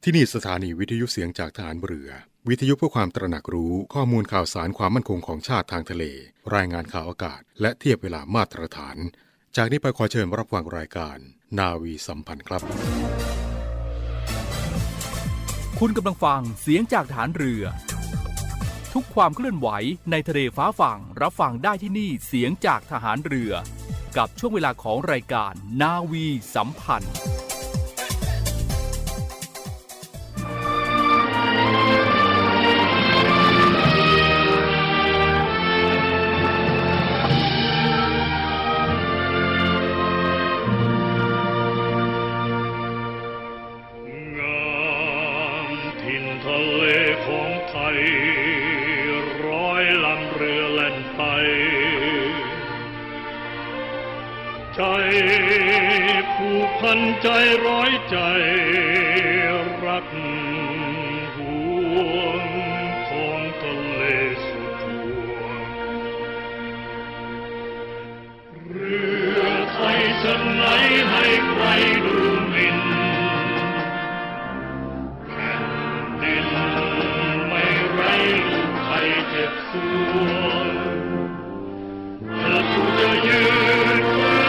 ที่นี่สถานีวิทยุเสียงจากทหารเรือวิทยุเพื่อความตระหนักรู้ข้อมูลข่าวสารความมั่นคงของชาติทางทะเลรายงานข่าวอากาศและเทียบเวลามาตรฐานจากนี้ไปขอเชิญรับฟังรายการนาวีสัมพันธ์ครับคุณกำลังฟังเสียงจากทหารเรือทุกความเคลื่อนไหวในทะเลฟ้าฝั่งรับฟังได้ที่นี่เสียงจากทหารเรือกับช่วงเวลาของรายการนาวีสัมพันธ์ใจผูกพันใจร้อยใจรักห่วงท้องทะเลสุดทั่วเรือไทยฉันไหนให้ใครดูหมิ่นแผ่นดินไม่ไร้ลูกไทยเจ็บสวงและกูจะยืน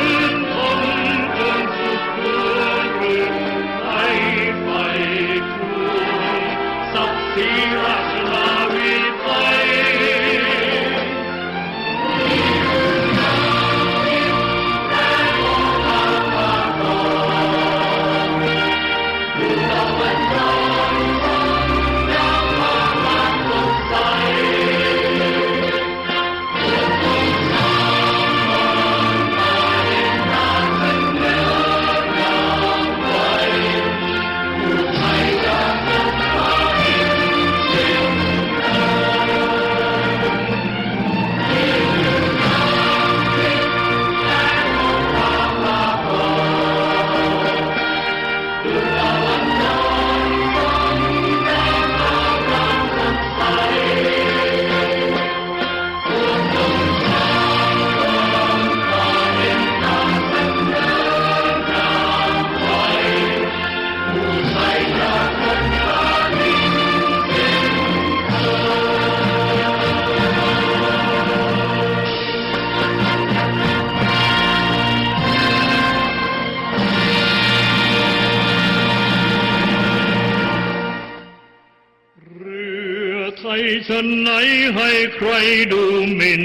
ฉันไหนให้ใครดูหมิ่น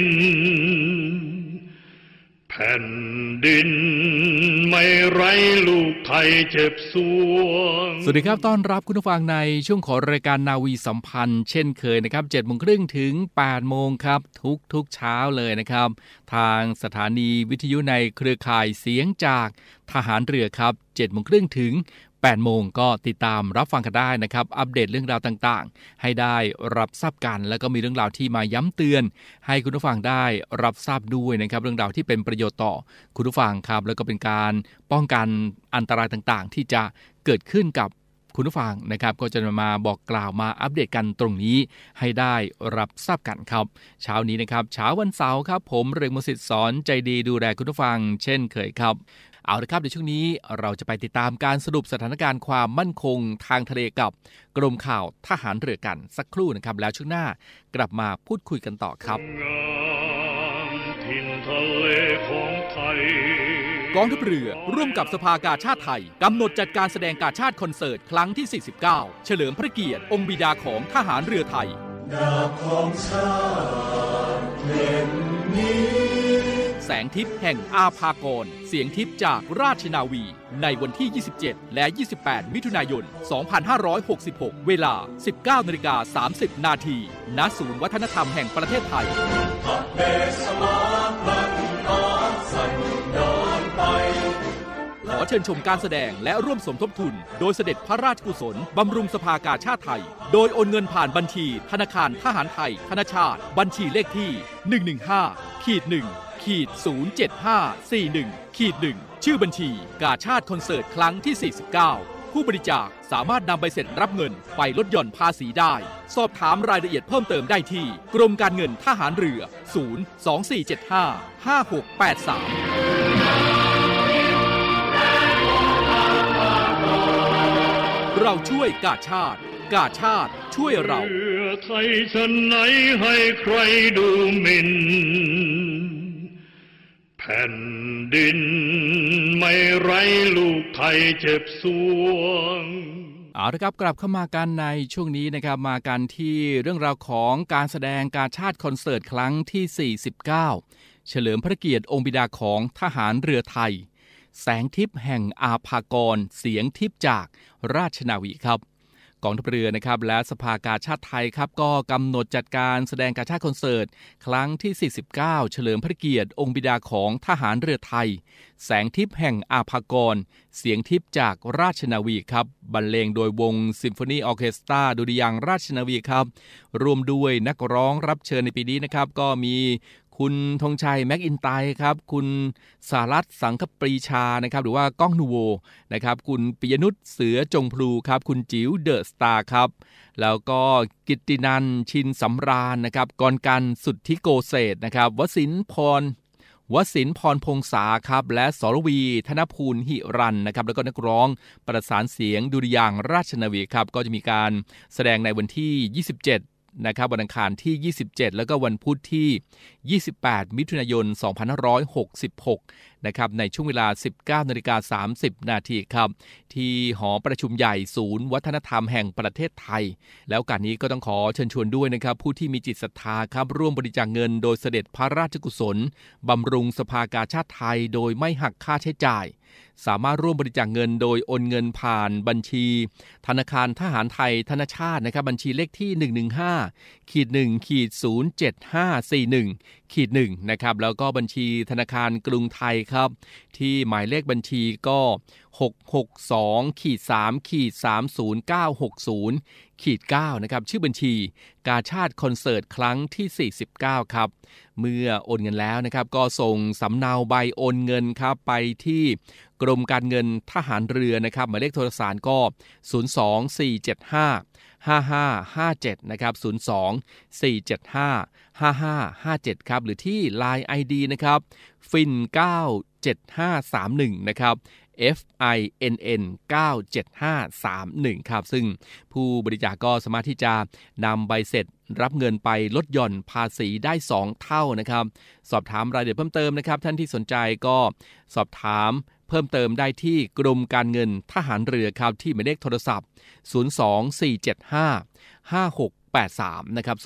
แผ่นดินไม่ไร้ลูกไทยเจ็บสวงสวัสดีครับต้อนรับคุณผู้ฟังในช่วงของรายการนาวีสัมพันธ์เช่นเคยนะครับ 7:30 นถึง 8:00 นครับทุกเช้าเลยนะครับทางสถานีวิทยุในเครือข่ายเสียงจากทหารเรือครับ 7:30 นถึง8 โมงก็ติดตามรับฟังกันได้นะครับอัปเดตเรื่องราวต่างๆให้ได้รับทราบกันแล้วก็มีเรื่องราวที่มาย้ำเตือนให้คุณผู้ฟังได้รับทราบด้วยนะครับเรื่องราวที่เป็นประโยชน์ต่อคุณผู้ฟังครับแล้วก็เป็นการป้องกันอันตรายต่างๆที่จะเกิดขึ้นกับคุณผู้ฟังนะครับก็จะมาบอกกล่าวมาอัปเดตกันตรงนี้ให้ได้รับทราบกันครับเช้านี้นะครับเช้าวันเสาร์ครับผมเริงมศิษฐ์สอนใจดีดูแลคุณผู้ฟังเช่นเคยครับเอาละครับในช่วงนี้เราจะไปติดตามการสรุปสถานการณ์ความมั่นคงทางทะเลกับกรมข่าวทหารเรือกันสักครู่นะครับแล้วช่วงหน้ากลับมาพูดคุยกันต่อครับถิ่นทะเลของไทยกองทัพเรือร่วมกับสภากาชาดไทยกำหนดจัดการแสดงกาชาดคอนเสิร์ตครั้งที่49เฉลิมพระเกียรติองค์บิดาของทหารเรือไทยดาบของชาติเล่มนี้แสงทิพย์แห่งอาภากรเสียงทิพย์จากราชนาวีในวันที่27และ28มิถุนายน2566เวลา 19:30 น.ณศูนย์วัฒนธรรมแห่งประเทศไทยขอเชิญชมการแสดงและร่วมสมทบทุนโดยเสด็จพระราชกุศลบำรุงสภากาชาดไทยโดยโอนเงินผ่านบัญชีธนาคารทหารไทยธนชาติบัญชีเลขที่ 115-1-07541-1ชื่อบัญชีกาชาดคอนเสิร์ตครั้งที่49ผู้บริจาคสามารถนำใบเสร็จรับเงินไปลดหย่อนภาษีได้สอบถามรายละเอียดเพิ่มเติมได้ที่กรมการเงินทหารเรือ024755683 เราช่วยกาชาติกาชาติช่วยเราเพื่อไทยชนไหนให้ใครดูหมิ่นแผ่นดินไม่ไร้ลูกไทยเจ็บสวงเอาละครับกลับเข้ามากันในช่วงนี้นะครับมากันที่เรื่องราวของการแสดงกาชาติคอนเสิร์ตครั้งที่49เฉลิมพระเกียรติองค์บิดาของทหารเรือไทยแสงทิพย์แห่งอาภากรเสียงทิพย์จากราชนาวีครับกองทัพเรือนะครับและสภากาชาติไทยครับก็กำหนดจัดการแสดงกาชาติคอนเสิร์ตครั้งที่49เฉลิมพระเกียรติองค์บิดาของทหารเรือไทยแสงทิพย์แห่งอาภากรเสียงทิพย์จากราชนาวีครับบรรเลงโดยวงซิมโฟนีออร์เคสตราดุริยางค์ราชนาวีครับรวมด้วยนักร้องรับเชิญในปีนี้นะครับก็มีคุณธงชัยแม็กอินไตร์ครับคุณสารัตน์สังคปรีชานะครับหรือว่าก้องนูโวนะครับคุณปิยนุชเสือจงพลูครับคุณจิ๋วเดอะสตาร์ครับแล้วก็กิตตินันท์ชินสำราญนะครับกรกันสุทธิโกเศษนะครับวสินทร์พรพงษาครับและสรวีธนภูลหิรันนะครับแล้วก็นักร้องประสานเสียงดุริยางค์ราชนาวีครับก็จะมีการแสดงในวันที่27นะครับวันอังคารที่27แล้วก็วันพุธที่28มิถุนายน2566นะครับในช่วงเวลา 19:30 น.ครับที่หอประชุมใหญ่ศูนย์วัฒนธรรมแห่งประเทศไทยแล้วการนี้ก็ต้องขอเชิญชวนด้วยนะครับผู้ที่มีจิตศรัทธาครับร่วมบริจาคเงินโดยเสด็จพระราชกุศลบำรุงสภากาชาติไทยโดยไม่หักค่าใช้จ่ายสามารถร่วมบริจาคเงินโดยโอนเงินผ่านบัญชีธนาคารทหารไทยธนชาตินะครับบัญชีเลขที่115-1-07541-1นะครับแล้วก็บัญชีธนาคารกรุงไทยครับที่หมายเลขบัญชีก็662-3-30960-9นะครับชื่อบัญชีกาชาติคอนเสิร์ตครั้งที่49ครับเมื่อโอนเงินแล้วนะครับก็ส่งสำเนาใบโอนเงินครับไปที่กรมการเงินทหารเรือนะครับหมายเลขโทรศัพท์ก็024755557นะครับ024755557ครับหรือที่ LINE ID นะครับ fin97531 นะครับ FINN 97531ครับซึ่งผู้บริจาคก็สามารถที่จะนำใบเสร็จรับเงินไปลดหย่อนภาษีได้2เท่านะครับสอบถามรายละเอียดเพิ่มเติมนะครับท่านที่สนใจก็สอบถามเพิ่มเติมได้ที่กรมการเงินทหารเรือครับที่หมายเลขโทรศัพท์024755683นะครับ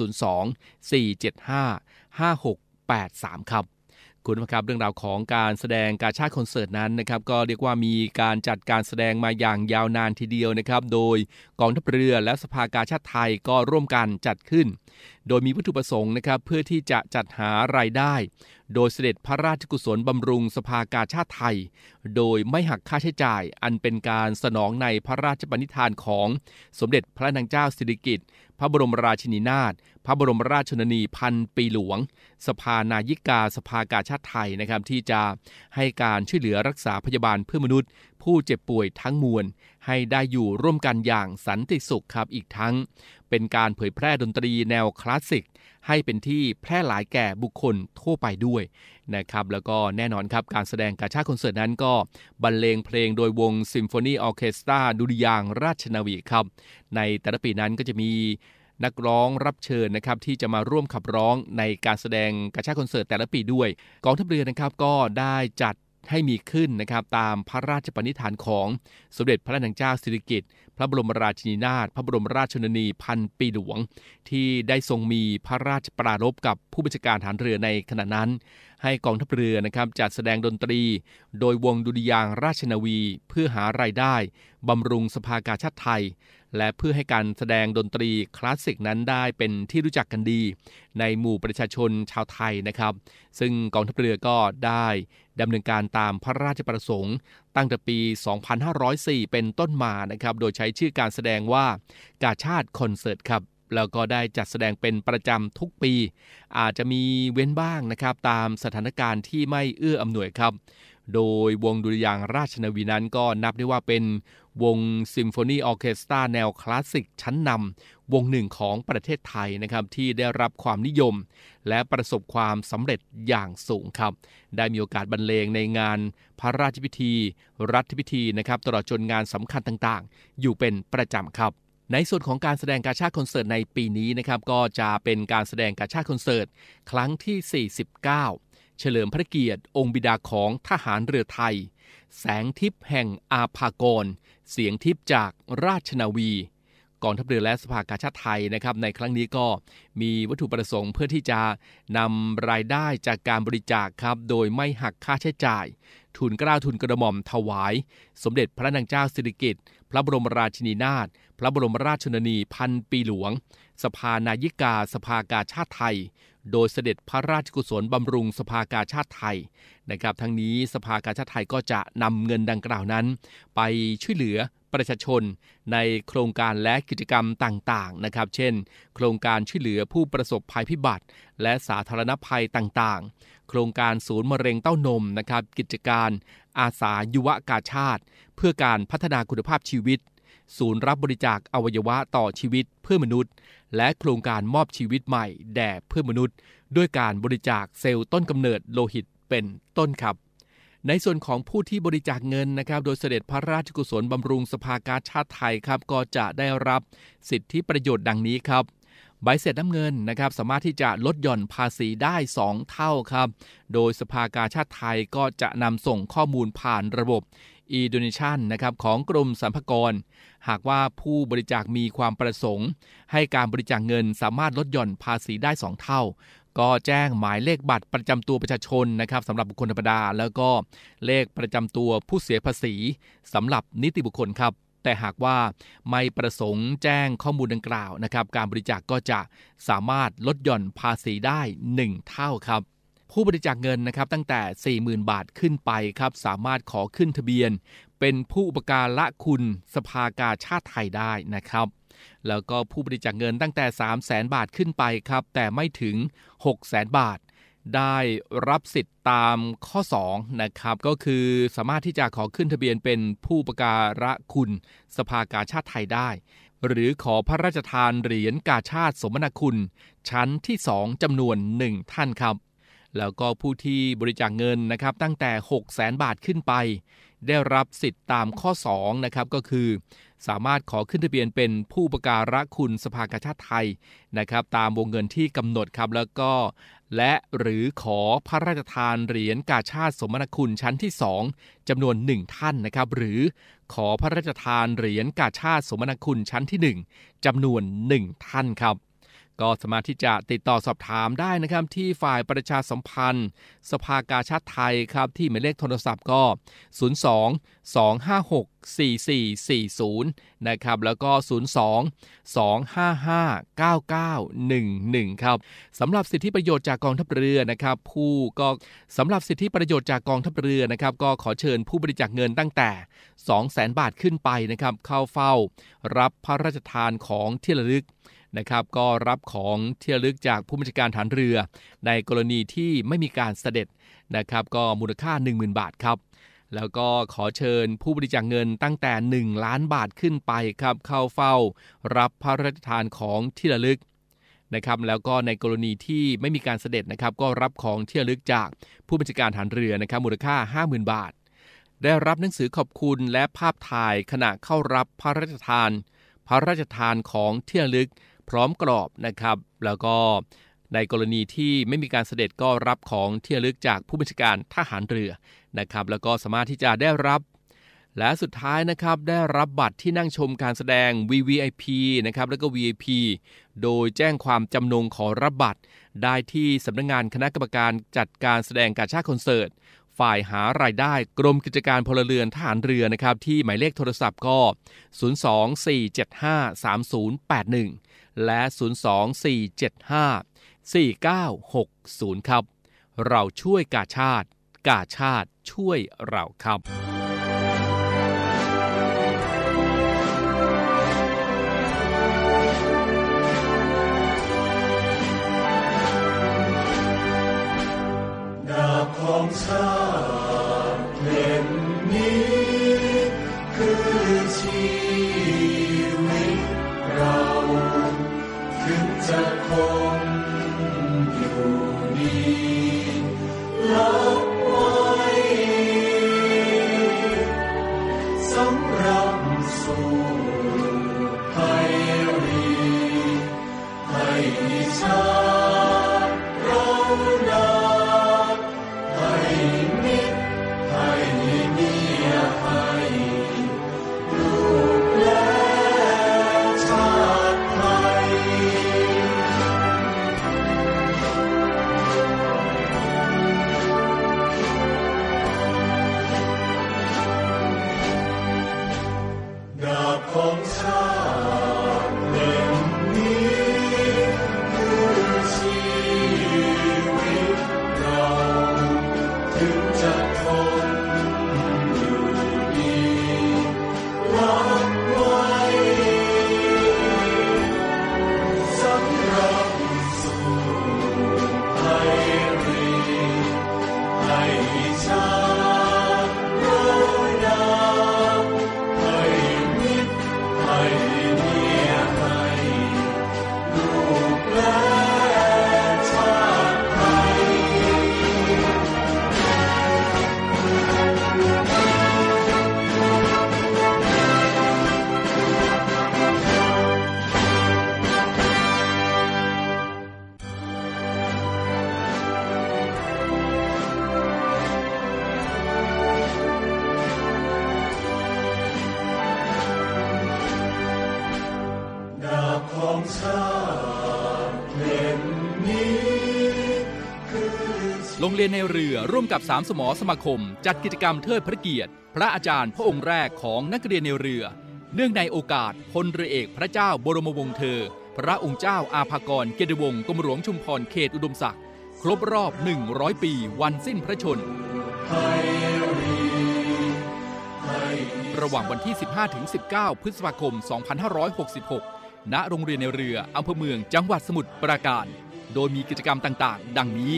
024755683ครับคุณผู้ชมครับเรื่องราวของการแสดงกาชาติคอนเสิร์ตนั้นนะครับก็เรียกว่ามีการจัดการแสดงมาอย่างยาวนานทีเดียวนะครับโดยกองทัพเรือและสภากาชาติไทยก็ร่วมกันจัดขึ้นโดยมีวัตถุประสงค์นะครับเพื่อที่จะจัดหารายได้โดยเสด็จพระราชกุศลบำรุงสภากาชาติไทยโดยไม่หักค่าใช้จ่ายอันเป็นการสนองในพระราชปณิธานของสมเด็จพระนางเจ้าสิริกิติ์พระบรมราชินีนาถพระบรมราชชนนีพันปีหลวงสภานายิกาสภากาชาติไทยนะครับที่จะให้การช่วยเหลือรักษาพยาบาลเพื่อมนุษย์ผู้เจ็บป่วยทั้งมวลให้ได้อยู่ร่วมกันอย่างสันติสุขครับอีกทั้งเป็นการเผยแพร่ดนตรีแนวคลาสสิกให้เป็นที่แพร่หลายแก่บุคคลทั่วไปด้วยนะครับแล้วก็แน่นอนครับการแสดงกาชาติคอนเสิร์ตนั้นก็บรรเลงเพลงโดยวงซิมโฟนีออร์เคสตราดุริยางค์ราชนาวีครับในแต่ละปีนั้นก็จะมีนักร้องรับเชิญนะครับที่จะมาร่วมขับร้องในการแสดงกาชาติคอนเสิร์ตแต่ละปีด้วยกองทัพเรือนะครับก็ได้จัดให้มีขึ้นนะครับตามพระราชปณิธานของสมเด็จพระนางเจ้าสิริกิติ์พระบรมราชินีนาถพระบรมราชชนนีพันปีหลวงที่ได้ทรงมีพระราชปรารภกับผู้บัญชาการทหารเรือในขณะนั้นให้กองทัพเรือนะครับจัดแสดงดนตรีโดยวงดุริยางค์ราชนาวีเพื่อหารายได้บำรุงสภากาชาติไทยและเพื่อให้การแสดงดนตรีคลาสสิกนั้นได้เป็นที่รู้จักกันดีในหมู่ประชาชนชาวไทยนะครับซึ่งกองทัพเรือก็ได้ดำเนินการตามพระราชประสงค์ตั้งแต่ปี 2504 เป็นต้นมานะครับโดยใช้ชื่อการแสดงว่ากาชาติคอนเสิร์ตครับแล้วก็ได้จัดแสดงเป็นประจำทุกปีอาจจะมีเว้นบ้างนะครับตามสถานการณ์ที่ไม่เอื้ออำนวยครับโดยวงดุริยางค์ราชนาวีนั้นก็นับได้ว่าเป็นวงซิมโฟนีออร์เคสตราแนวคลาสสิกชั้นนำวงหนึ่งของประเทศไทยนะครับที่ได้รับความนิยมและประสบความสำเร็จอย่างสูงครับได้มีโอกาสบรรเลงในงานพระราชพิธีรัฐพิธีนะครับตลอดจนงานสำคัญต่างๆอยู่เป็นประจำครับในส่วนของการแสดงกาชาดคอนเสิร์ตในปีนี้นะครับก็จะเป็นการแสดงกาชาดคอนเสิร์ตครั้งที่49เฉลิมพระเกียรติองค์บิดาของทหารเรือไทยแสงทิพย์แห่งอาภากรเสียงทิพย์จากราชนาวีกองทัพเรือและสภากาชาดไทยนะครับในครั้งนี้ก็มีวัตถุประสงค์เพื่อที่จะนำรายได้จากการบริจาคครับโดยไม่หักค่าใช้จ่ายทุนเกล้าทุนกระหม่อมถวายสมเด็จพระนางเจ้าสิริกิติ์พระบรมราชินีนาถพระบรมราชชนนีพันปีหลวงสภานายิกาสภากาชาดไทยโดยเสด็จพระราชกุศลบำรุงสภากาชาดไทยนะครับทั้งนี้สภากาชาดไทยก็จะนำเงินดังกล่าวนั้นไปช่วยเหลือประชาชนในโครงการและกิจกรรมต่างๆนะครับเช่นโครงการช่วยเหลือผู้ประสบภัยพิบัติและสาธารณภัยต่างๆโครงการศูนย์มะเร็งเต้านมนะครับกิจการอาสายุวกาชาดเพื่อการพัฒนาคุณภาพชีวิตศูนย์รับบริจาคอวัยวะต่อชีวิตเพื่อมนุษย์และโครงการมอบชีวิตใหม่แด่เพื่อมนุษย์ด้วยการบริจาคเซลล์ต้นกำเนิดโลหิตเป็นต้นครับในส่วนของผู้ที่บริจาคเงินนะครับโดยเสด็จพระราชกุศลบำรุงสภากาชาดไทยครับก็จะได้รับสิทธิประโยชน์ดังนี้ครับใบเสร็จน้ำเงินนะครับสามารถที่จะลดหย่อนภาษีได้2เท่าครับโดยสภากาชาดไทยก็จะนำส่งข้อมูลผ่านระบบe-donation นะครับของกรมสรรพากรหากว่าผู้บริจาคมีความประสงค์ให้การบริจาคเงินสามารถลดหย่อนภาษีได้2เท่าก็แจ้งหมายเลขบัตรประจำตัวประชาชนนะครับสำหรับบุคคลธรรมดาแล้วก็เลขประจำตัวผู้เสียภาษีสำหรับนิติบุคคลครับแต่หากว่าไม่ประสงค์แจ้งข้อมูลดังกล่าวนะครับการบริจาคก็จะสามารถลดหย่อนภาษีได้1เท่าครับผู้บริจาคเงินนะครับตั้งแต่ 40,000 บาทขึ้นไปครับสามารถขอขึ้นทะเบียนเป็นผู้อุปการะคุณสภากาชาดไทยได้นะครับแล้วก็ผู้บริจาคเงินตั้งแต่ 300,000 บาทขึ้นไปครับแต่ไม่ถึง 600,000 บาทได้รับสิทธิ์ตามข้อ2นะครับก็คือสามารถที่จะขอขึ้นทะเบียนเป็นผู้อุปการะคุณสภากาชาดไทยได้หรือขอพระราชทานเหรียญกาชาดสมนาคุณชั้นที่2จำนวน1ท่านครับแล้วก็ผู้ที่บริจาคเงินนะครับตั้งแต่ 600,000 บาทขึ้นไปได้รับสิทธิ์ตามข้อ2นะครับก็คือสามารถขอขึ้นทะเบียนเป็นผู้อุปการะคุณสภากาชาดไทยนะครับตามวงเงินที่กำหนดครับแล้วก็และหรือขอพระราชทานเหรียญกาชาดสมนาคุณชั้นที่2จำนวน1ท่านนะครับหรือขอพระราชทานเหรียญกาชาดสมนาคุณชั้นที่1จำนวน1ท่านครับก็สามารถที่จะติดต่อสอบถามได้นะครับที่ฝ่ายประชาสัมพันธ์สภากาชาดไทยครับที่หมายเลขโทรศัพท์ก็02-256-4440นะครับแล้วก็02-255-9911ครับสำหรับสิทธิประโยชน์จากกองทัพเรือนะครับสำหรับสิทธิประโยชน์จากกองทัพเรือนะครับก็ขอเชิญผู้บริจาคเงินตั้งแต่ 200,000 บาทขึ้นไปนะครับเข้าเฝ้ารับพระราชทานของที่ระลึกนะครับก็รับของที่ระลึกจากผู้บัญชาการฐานเรือในกรณีที่ไม่มีการเสด็จนะครับก็มูลค่า 10,000 บาทครับแล้วก็ขอเชิญผู้บริจาคเงินตั้งแต่1ล้านบาทขึ้นไปครับเข้าเฝ้ารับพระราชทานของที่ระลึกนะครับแล้วก็ในกรณีที่ไม่มีการเสด็จนะครับก็รับของที่ระลึกจากผู้บัญชาการฐานเรือนะครับมูลค่า 50,000 บาทได้รับหนังสือขอบคุณและภาพถ่ายขณะเข้ารับพระราชทานของที่ระลึกพร้อมกรอบนะครับแล้วก็ในกรณีที่ไม่มีการเสด็จก็รับของที่ระลึกจากผู้บัญชาการทหารเรือนะครับแล้วก็สามารถที่จะได้รับและสุดท้ายนะครับได้รับบัตรที่นั่งชมการแสดง VVIP นะครับแล้วก็ VIP โดยแจ้งความจำนงขอรับบัตรได้ที่สำนักงานคณะกรรมการจัดการแสดงกาชาดคอนเสิร์ตฝ่ายหารายได้กรมกิจการพลเรือนทหารเรือนะครับที่หมายเลขโทรศัพท์ก็024753081และ024754960ครับเราช่วยกาชาดช่วยเราครับดาบของชาติเพลของชาติแผ่นนี้คือโรงเรียนในเรือร่วมกับ3 สมสมาคมจัดกิจกรรมเทิดพระเกียรติพระอาจารย์พระองค์แรกของนักเรียนในเรือเนื่องในโอกาสพลเรือเอกพระเจ้าบรมวงศ์เธอพระองค์เจ้าอาภากรเกียรติวงศ์กรมหลวงชุมพรเขตอุดมศักดิ์ครบรอบ100 ปีวันสิ้นพระชนม์ระหว่างวันที่ 15-19 พฤษภาคม 2566 ณ โรงเรียนในเรืออำเภอเมืองจังหวัดสมุทรปราการโดยมีกิจกรรมต่างๆดังนี้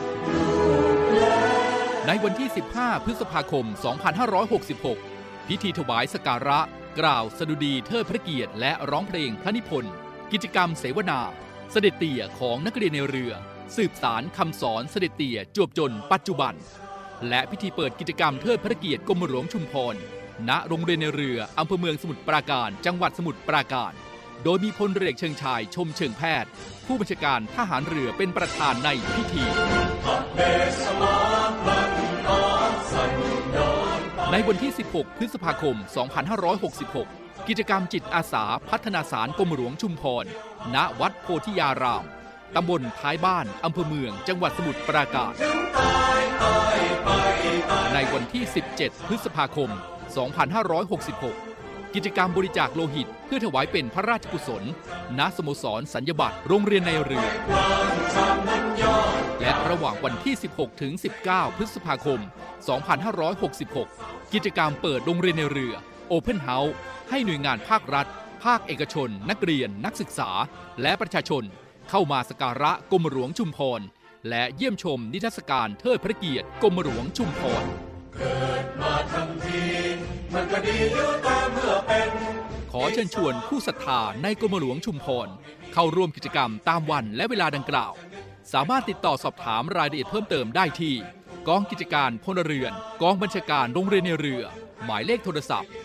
ในวันที่ 15 พฤษภาคม 2566 พิธีถวายสักการะกล่าวสดุดีเทิดพระเกียรติและร้องเพลงพระนิพนธ์กิจกรรมเสวนาเสด็จเตี่ยของนักเรียนในเรือสืบสารคำสอนเสด็จเตี่ยจวบจนปัจจุบันและพิธีเปิดกิจกรรมเทิดพระเกียรติกรมหลวงชุมพรณ โรงเรียนในเรืออำเภอเมืองสมุทรปราการจังหวัดสมุทรปราการโดยมีพลเรือเอกเชิงชายชมเชิงแพทย์ผู้บัญชาการทหารเรือเป็นประธานในพิธีในวันที่ 16 พฤษภาคม 2566 กิจกรรมจิตอาสาพัฒนาสารกรมหลวงชุมพรณ วัดโพธิยารามตำบลท้ายบ้านอำเภอเมืองจังหวัดสมุทรปราการในวันที่ 17 พฤษภาคม 2566 กิจกรรมบริจาคโลหิตเพื่อถวายเป็นพระราชกุศลณ สโมสรสัญญบัตรโรงเรียนในเรือและระหว่างวันที่ 16-19 พฤษภาคม 2566 กิจกรรมเปิดโรงเรียนในเรือ Open House ให้หน่วยงานภาครัฐภาคเอกชนนักเรียนนักศึกษาและประชาชนเข้ามาสักการะกรมหลวงชุมพรและเยี่ยมชมนิทรรศการเทิดพระเกียรติกรมหลวงชุมพรเกิดมาทั้งทีมันก็ดีอยู่แต่เมื่อเป็นขอเชิญชวนผู้ศรัทธาในกรมหลวงชุมพรเข้าร่วมกิจกรรมตามวันและเวลาดังกล่าวสามารถติดต่อสอบถามรายละเอียดเพิ่มเติมได้ที่กองกิจการพลเรือนกองบัญชาการโรงเรียนในเรือหมายเลขโทรศัพท์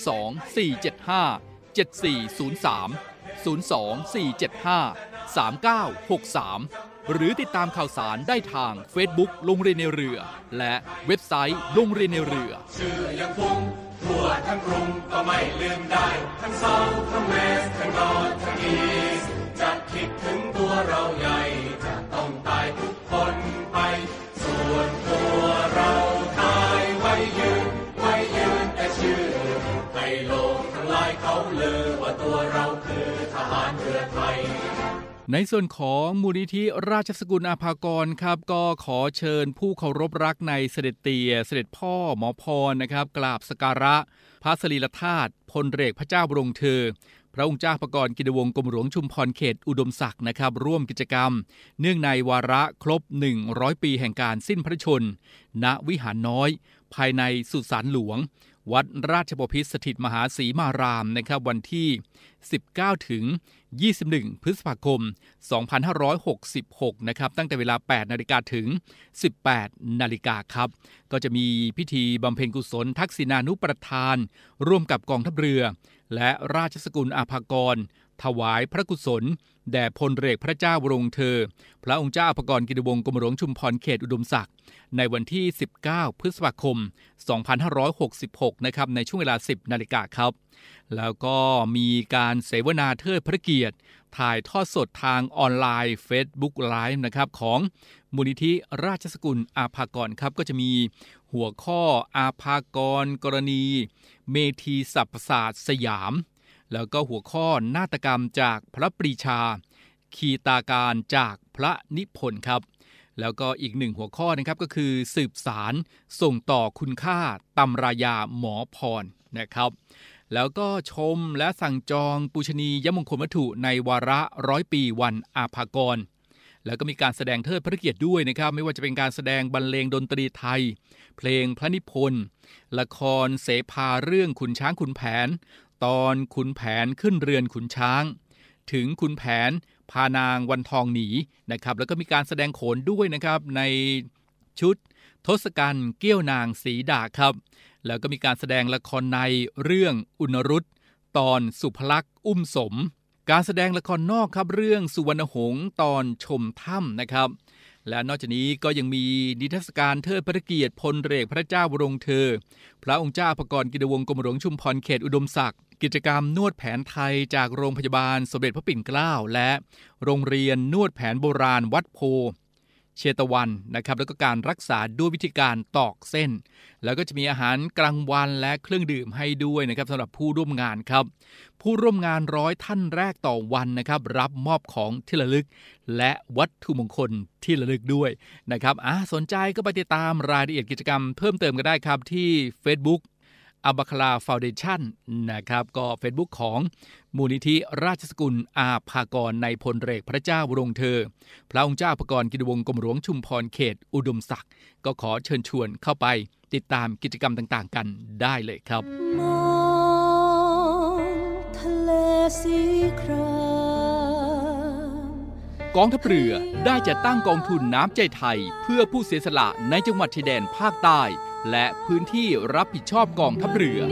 02-475-7403 02-475-3963 หรือติดตามข่าวสารได้ทาง Facebook โรงเรียนในเรือและเว็บไซต์โรงเรียนในเรือชื่อยังคงทั่วทั้งกรุงก็ไม่ลืมได้ทั้งเซาท์ทั้งเวสต์ทั้งนอร์ททั้งอีสต์จะคิดถึงตัวเราใหญ่จะต้องตายทุกคนไปส่วนตัวเราตายไว้ยืนแต่ชื่อให้โลกทั้งหลายเขาลือว่าตัวเราคือทหารเรือไทยในส่วนของมูลนิธิราชสกุลอาภากรครับก็ขอเชิญผู้เคารพรักในเสด็จเตี่ยเสด็จพ่อหมอพรนะครับกราบสักการะพระสรีระธาตุพลเรือพระเจ้าบรมเธอพระองค์เจ้าอาภากรกิติวงศ์กรมหลวงชุมพรเขตอุดมศักดิ์นะครับร่วมกิจกรรมเนื่องในวาระครบ100 ปีแห่งการสิ้นพระชนม์ณวิหารน้อยภายในสุสานหลวงวัดราชบพิตรสถิตมหาศรีมารามนะครับวันที่19-21 พฤษภาคม 2566 นะครับตั้งแต่เวลา 8 นาฬิกาถึง 18 นาฬิกาครับก็จะมีพิธีบำเพ็ญกุศลทักษิณานุประทานร่วมกับกองทัพเรือและราชสกุลอาภากรถวายพระกุศลแด่พลเรือพระเจ้าวรวงเธอพระองค์เจ้าอาภากรกิติวงศ์กรมหลวงชุมพรเขตอุดมศักดิ์ในวันที่ 19 พฤษภาคม 2566 นะครับในช่วงเวลา 10 นาฬิกาครับแล้วก็มีการเสวนาเทิดพระเกียรติถ่ายทอดสดทางออนไลน์ Facebook Live นะครับของมูลนิธิราชสกุลอาภากรครับก็จะมีหัวข้ออาภากรกรณีเมธีสรรพศาสตร์สยามแล้วก็หัวข้อนาฏกรรมจากพระปรีชาคีตาการจากพระนิพนธ์ครับแล้วก็อีกหนึ่งหัวข้อนะครับก็คือสืบสารส่งต่อคุณค่าตำรายาหมอพรนะครับแล้วก็ชมและสั่งจองปูชนียมงคลวัตถุในวาระ100 ปีวันอาภากรแล้วก็มีการแสดงเทิดพระเกียรติด้วยนะครับไม่ว่าจะเป็นการแสดงบรรเลงดนตรีไทยเพลงพระนิพนธ์ละครเสภาเรื่องขุนช้างขุนแผนตอนขุนแผนขึ้นเรือนขุนช้างถึงขุนแผนพานางวันทองหนีนะครับแล้วก็มีการแสดงโขนด้วยนะครับในชุดทศกัณฐ์เกี้ยวนางสีดาครับแล้วก็มีการแสดงละครในเรื่องอุณรุตตอนสุภลักษณ์อุ้มสมการแสดงละครนอกครับเรื่องสุวรรณหงส์ตอนชมถ้ำนะครับและนอกจากนี้ก็ยังมีนิทรรศการเทิดพระเกียรติพลเรือพระเจ้าวรวงเธอพระองค์เจ้าอาภากรกิติวงศ์กรมหลวงชุมพรเขตอุดมศักดิ์กิจกรรมนวดแผนไทยจากโรงพยาบาลสมเด็จพระปิ่นเกล้าและโรงเรียนนวดแผนโบราณวัดโพเชตวันนะครับแล้วก็การรักษาด้วยวิธีการตอกเส้นแล้วก็จะมีอาหารกลางวันและเครื่องดื่มให้ด้วยนะครับสำหรับผู้ร่วมงานครับผู้ร่วมงาน100ท่านแรกต่อวันนะครับรับมอบของที่ระลึกและวัตถุมงคลที่ระลึกด้วยนะครับสนใจก็ไปติดตามรายละเอียดกิจกรรมเพิ่มเติมกันได้ครับที่ Facebookอับบัคลาฟาวเดชั่นนะครับก็ Facebook ของมูลนิธิราชสกุลอาภากรในพลเรือพระเจ้าวรวงเธอพระองค์เจ้าภากรกิติวงศ์กรมหลวงชุมพรเขตอุดมศักดิ์ก็ขอเชิญชวนเข้าไปติดตามกิจกรรมต่างๆกันได้เลยครับมองทะเลสีครามกองทัพเรือได้จัดตั้งกองทุนน้ำใจไทยเพื่อผู้เสียสละในจังหวัดชายแดนภาคใต้และพื้นที่รับผิดชอบกองทัพเรือ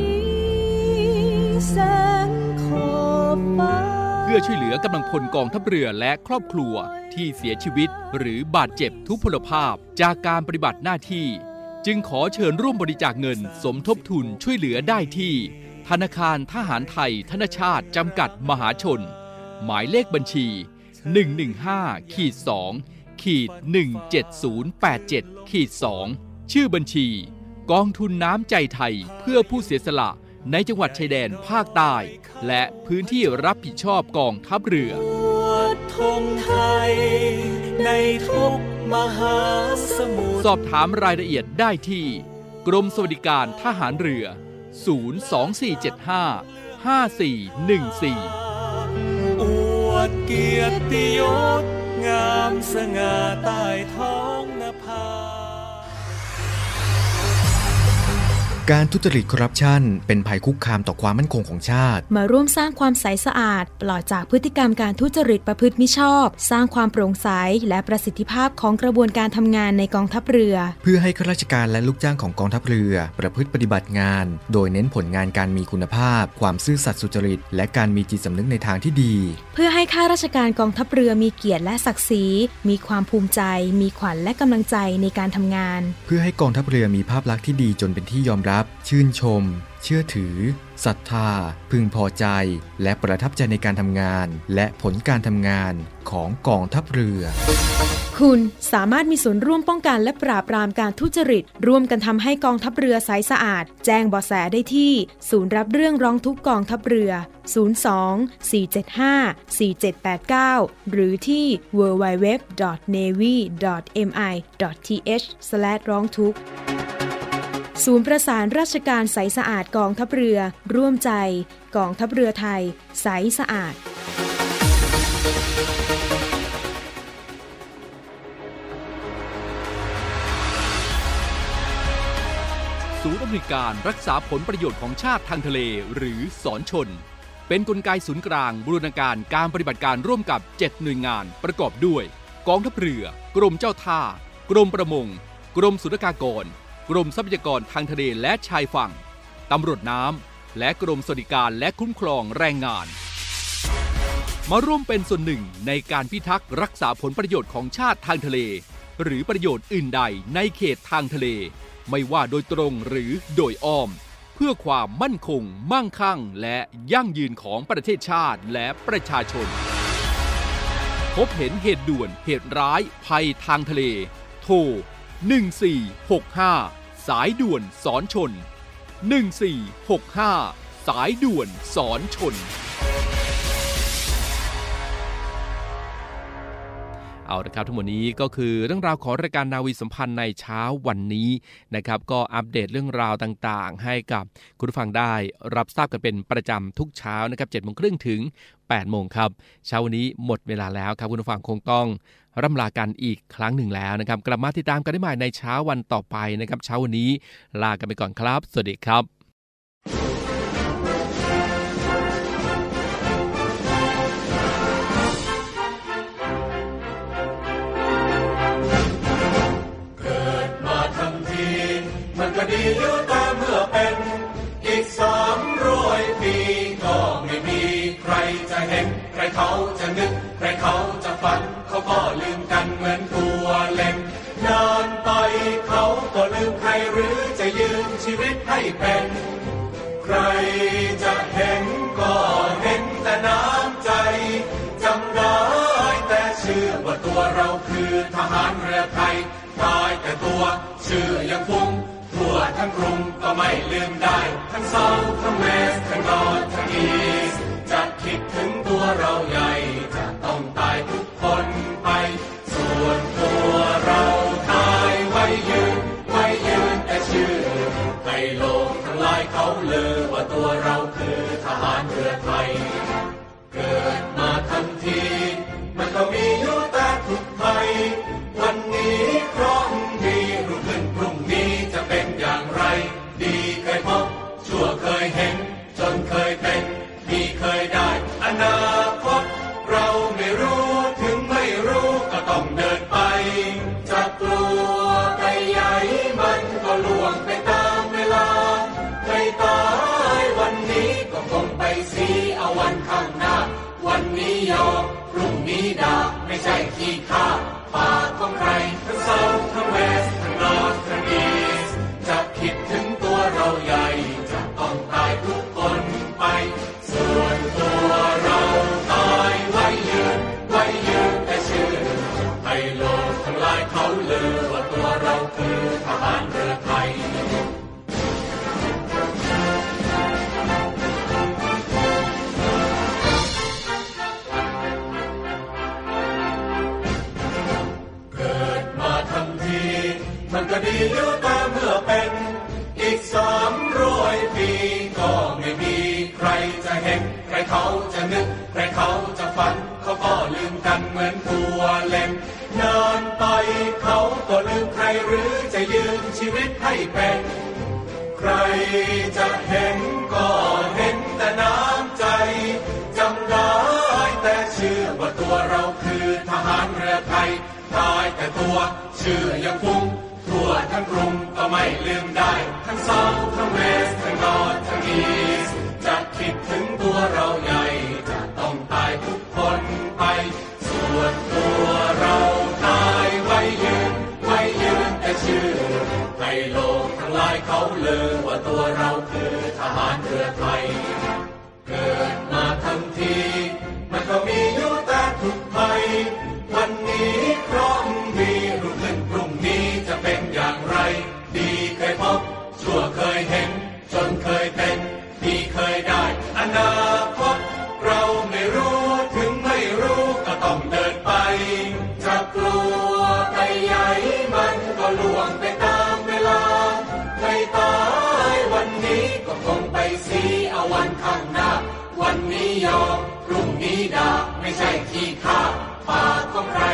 เพื่อช่วยเหลือกำลังพลกองทัพเรือและครอบครัวที่เสียชีวิตหรือบาดเจ็บทุพพลภาพจากการปฏิบัติหน้าที่จึงขอเชิญร่วมบริจาคเงินสมทบทุนช่วยเหลือได้ที่ธนาคารทหารไทยธนชาติจำกัดมหาชนหมายเลขบัญชี 115-2-17087-2 ชื่อบัญชีกองทุนน้ำใจไทยเพื่อผู้เสียสละในจังหวัดชายแดนภาคใต้และพื้นที่รับผิดชอบกองทัพเรือธงไทยในทุกมหาสมุทรสอบถามรายละเอียดได้ที่กรมสวัสดิการทหารเรือ024755414 อวดเกียรติยศงามสง่าใต้ท้องนภาการทุจริตคอร์รัปชันเป็นภัยคุกคามต่อความมั่นคงของชาติมาร่วมสร้างความใสสะอาดปลอดจากพฤติกรรมการทุจริตประพฤติมิชอบสร้างความโปร่งใสและประสิทธิภาพของกระบวนการทำงานในกองทัพเรือเพื่อให้ข้าราชการและลูกจ้างของกองทัพเรือประพฤติปฏิบัติงานโดยเน้นผลงานการมีคุณภาพความซื่อสัตย์สุจริตและการมีจิตสำนึกในทางที่ดีเพื่อให้ข้าราชการกองทัพเรือมีเกียรติและศักดิ์ศรีมีความภูมิใจมีขวัญและกำลังใจในการทำงานเพื่อให้กองทัพเรือมีภาพลักษณ์ที่ดีจนเป็นที่ยอมรับชื่นชมเชื่อถือศรัทธาพึงพอใจและประทับใจในการทำงานและผลการทำงานของกองทัพเรือคุณสามารถมีส่วนร่วมป้องกันและปราบปรามการทุจริตร่วมกันทำให้กองทัพเรือใสสะอาดแจ้งเบาะแสได้ที่ศูนย์รับเรื่องร้องทุกข์กองทัพเรือ02-475-4789 หรือที่ www.navy.mi.th/ร้องทุกข์ศูนย์ประสานราชการใสสะอาดกองทัพเรือร่วมใจกองทัพเรือไทยใสสะอาดศูนย์อำนวยการรักษาผลประโยชน์ของชาติทางทะเลหรือศรชนเป็นกลไกศูนย์กลางบูรณาการการปฏิบัติการร่วมกับ7หน่วยงานประกอบด้วยกองทัพเรือกรมเจ้าท่ากรมประมงกรมศุลกากรกรมทรัพยากรทางทะเลและชายฝั่งตำรวจน้ำและกรมสวัสดิการและคุ้มครองแรงงานมาร่วมเป็นส่วนหนึ่งในการพิทักษ์รักษาผลประโยชน์ของชาติทางทะเลหรือประโยชน์อื่นใดในเขตทางทะเลไม่ว่าโดยตรงหรือโดยอ้อมเพื่อความมั่นคงมั่งคั่งและยั่งยืนของประเทศชาติและประชาชนพบเห็นเหตุด่วนเหตุร้ายภัยทางทะเลโทร1465สายด่วนสอนชน1465สายด่วนสอนชนเอาละครับทั้งหมดนี้ก็คือเรื่องราวของรายการนาวีสัมพันธ์ในเช้าวันนี้นะครับก็อัปเดตเรื่องราวต่างๆให้กับคุณผู้ฟังได้รับทราบกันเป็นประจำทุกเช้านะครับ 7:30 น.ถึง 8:00 น.ครับเช้าวันนี้หมดเวลาแล้วครับคุณผู้ฟังคงต้องร่ำลากันอีกครั้งหนึ่งแล้วนะครับกลับมาติดตามกันได้ใหม่ในเช้าวันต่อไปนะครับเช้าวันนี้ลากันไปก่อนครับสวัสดีครับก็ดีอยู่แต่เมื่อเป็นอีก300 ปีก็ไม่มีใครจะเห็นใครเขาจะนึกใครเขาจะฝันเขาก็ลืมกันเหมือนตัวเล่นนานไปเขาก็ลืมใครหรือจะยืมชีวิตให้เป็นใครจะเห็นก็เห็นแต่น้ำใจจำได้แต่ชื่อว่าตัวเราคือทหารเรือไทยตายแต่ตัวชื่อยังฟุ้งทั่วทั้งกรุงก็ไม่ลืมได้ทั้งเซาท์ทั้งเวสต์ทั้งนอร์ททั้งอีสต์จะคิดถึงตัวเราใหญ่จะต้องตายทุกคนไปส่วนตัวเราตายไว้ยืนแต่ชื่อให้โลกทั้งหลายเขาลือว่าตัวเราคือทหารเรือไทยเกิดมาทันทีมันก็มีอยู่แต่ทุกข์ภัยวันนี้เคราะห์ดีรุ่งขึ้นพรุ่งนี้จะเป็นอย่างไรดีเคยพบชั่วเคยเห็นจนเคยเป็นมีเคยได้อนาคตเราไม่รู้ถึงไม่รู้ก็ต้องเดินไปจะกลัวไปใหญ่มันก็ล่วงไปตามเวลาไม่ตายวันนี้ก็คงไปเสียเอาวันข้างหน้าวันนี้ยอมพรุ่งนี้ด่าไม่ใช่ขี้ข้าปากของใครทั้งเซาท์ทั้งเวสต์ทั้งนอร์ททั้งอีสต์จะคิดถึงตัวเราใหญ่จะต้องตายทุกคนไปส่วนตัวเราตายไว้ยืนแต่ชื่อให้โลกทั้งหลายเขาลือว่าตัวเราคือทหารเรือไทยมันก็ดีอยู่แต่เมื่อเป็นอีก300 ปีก็ไม่มีใครจะเห็นใครเขาจะนึกใครเขาจะฝันเขาก็ลืมกันเหมือนตัวเล่มนานไปเขาก็ลืมใครหรือจะยืมชีวิตให้เป็นใครจะเห็นก็เห็นแต่น้ำใจจำได้แต่ชื่อว่าตัวเราคือทหารเรือไทยตายแต่ตัวชื่อยังฟุ้งทั่วทั้งกรุงก็ไม่ลืมได้ทั้งเซาท์ทั้งเวสต์ทั้งนอร์ททั้งอีสต์จะคิดถึงตัวเราใหญ่จะต้องตายทุกคนไปส่วนตัวเราตายไว้ยืนแต่ชื่อให้โลกทั้งหลายเขาลือว่าตัวเราคือทหารเรือไทยเกิดมาทันทีมันก็มีอยู่แต่ทุกข์ภัยวันนี้เคราะห์ดีรุ่งขึ้นพรุ่งนี้จะเป็นอย่างไรดีเคยพบชั่วเคยเห็นจนเคยเป็นมีเคยได้อนาคตเราไม่รู้ถึงไม่รู้ก็ต้องเดินไปจะกลัวไปใหญ่มันก็ล่วงไปตามเวลาไม่ตายวันนี้ก็คงไปเสียเอาวันข้างหน้าวันนี้ยอมพรุ่งนี้ด่าไม่ใช่ขี้ข้าปากของใคร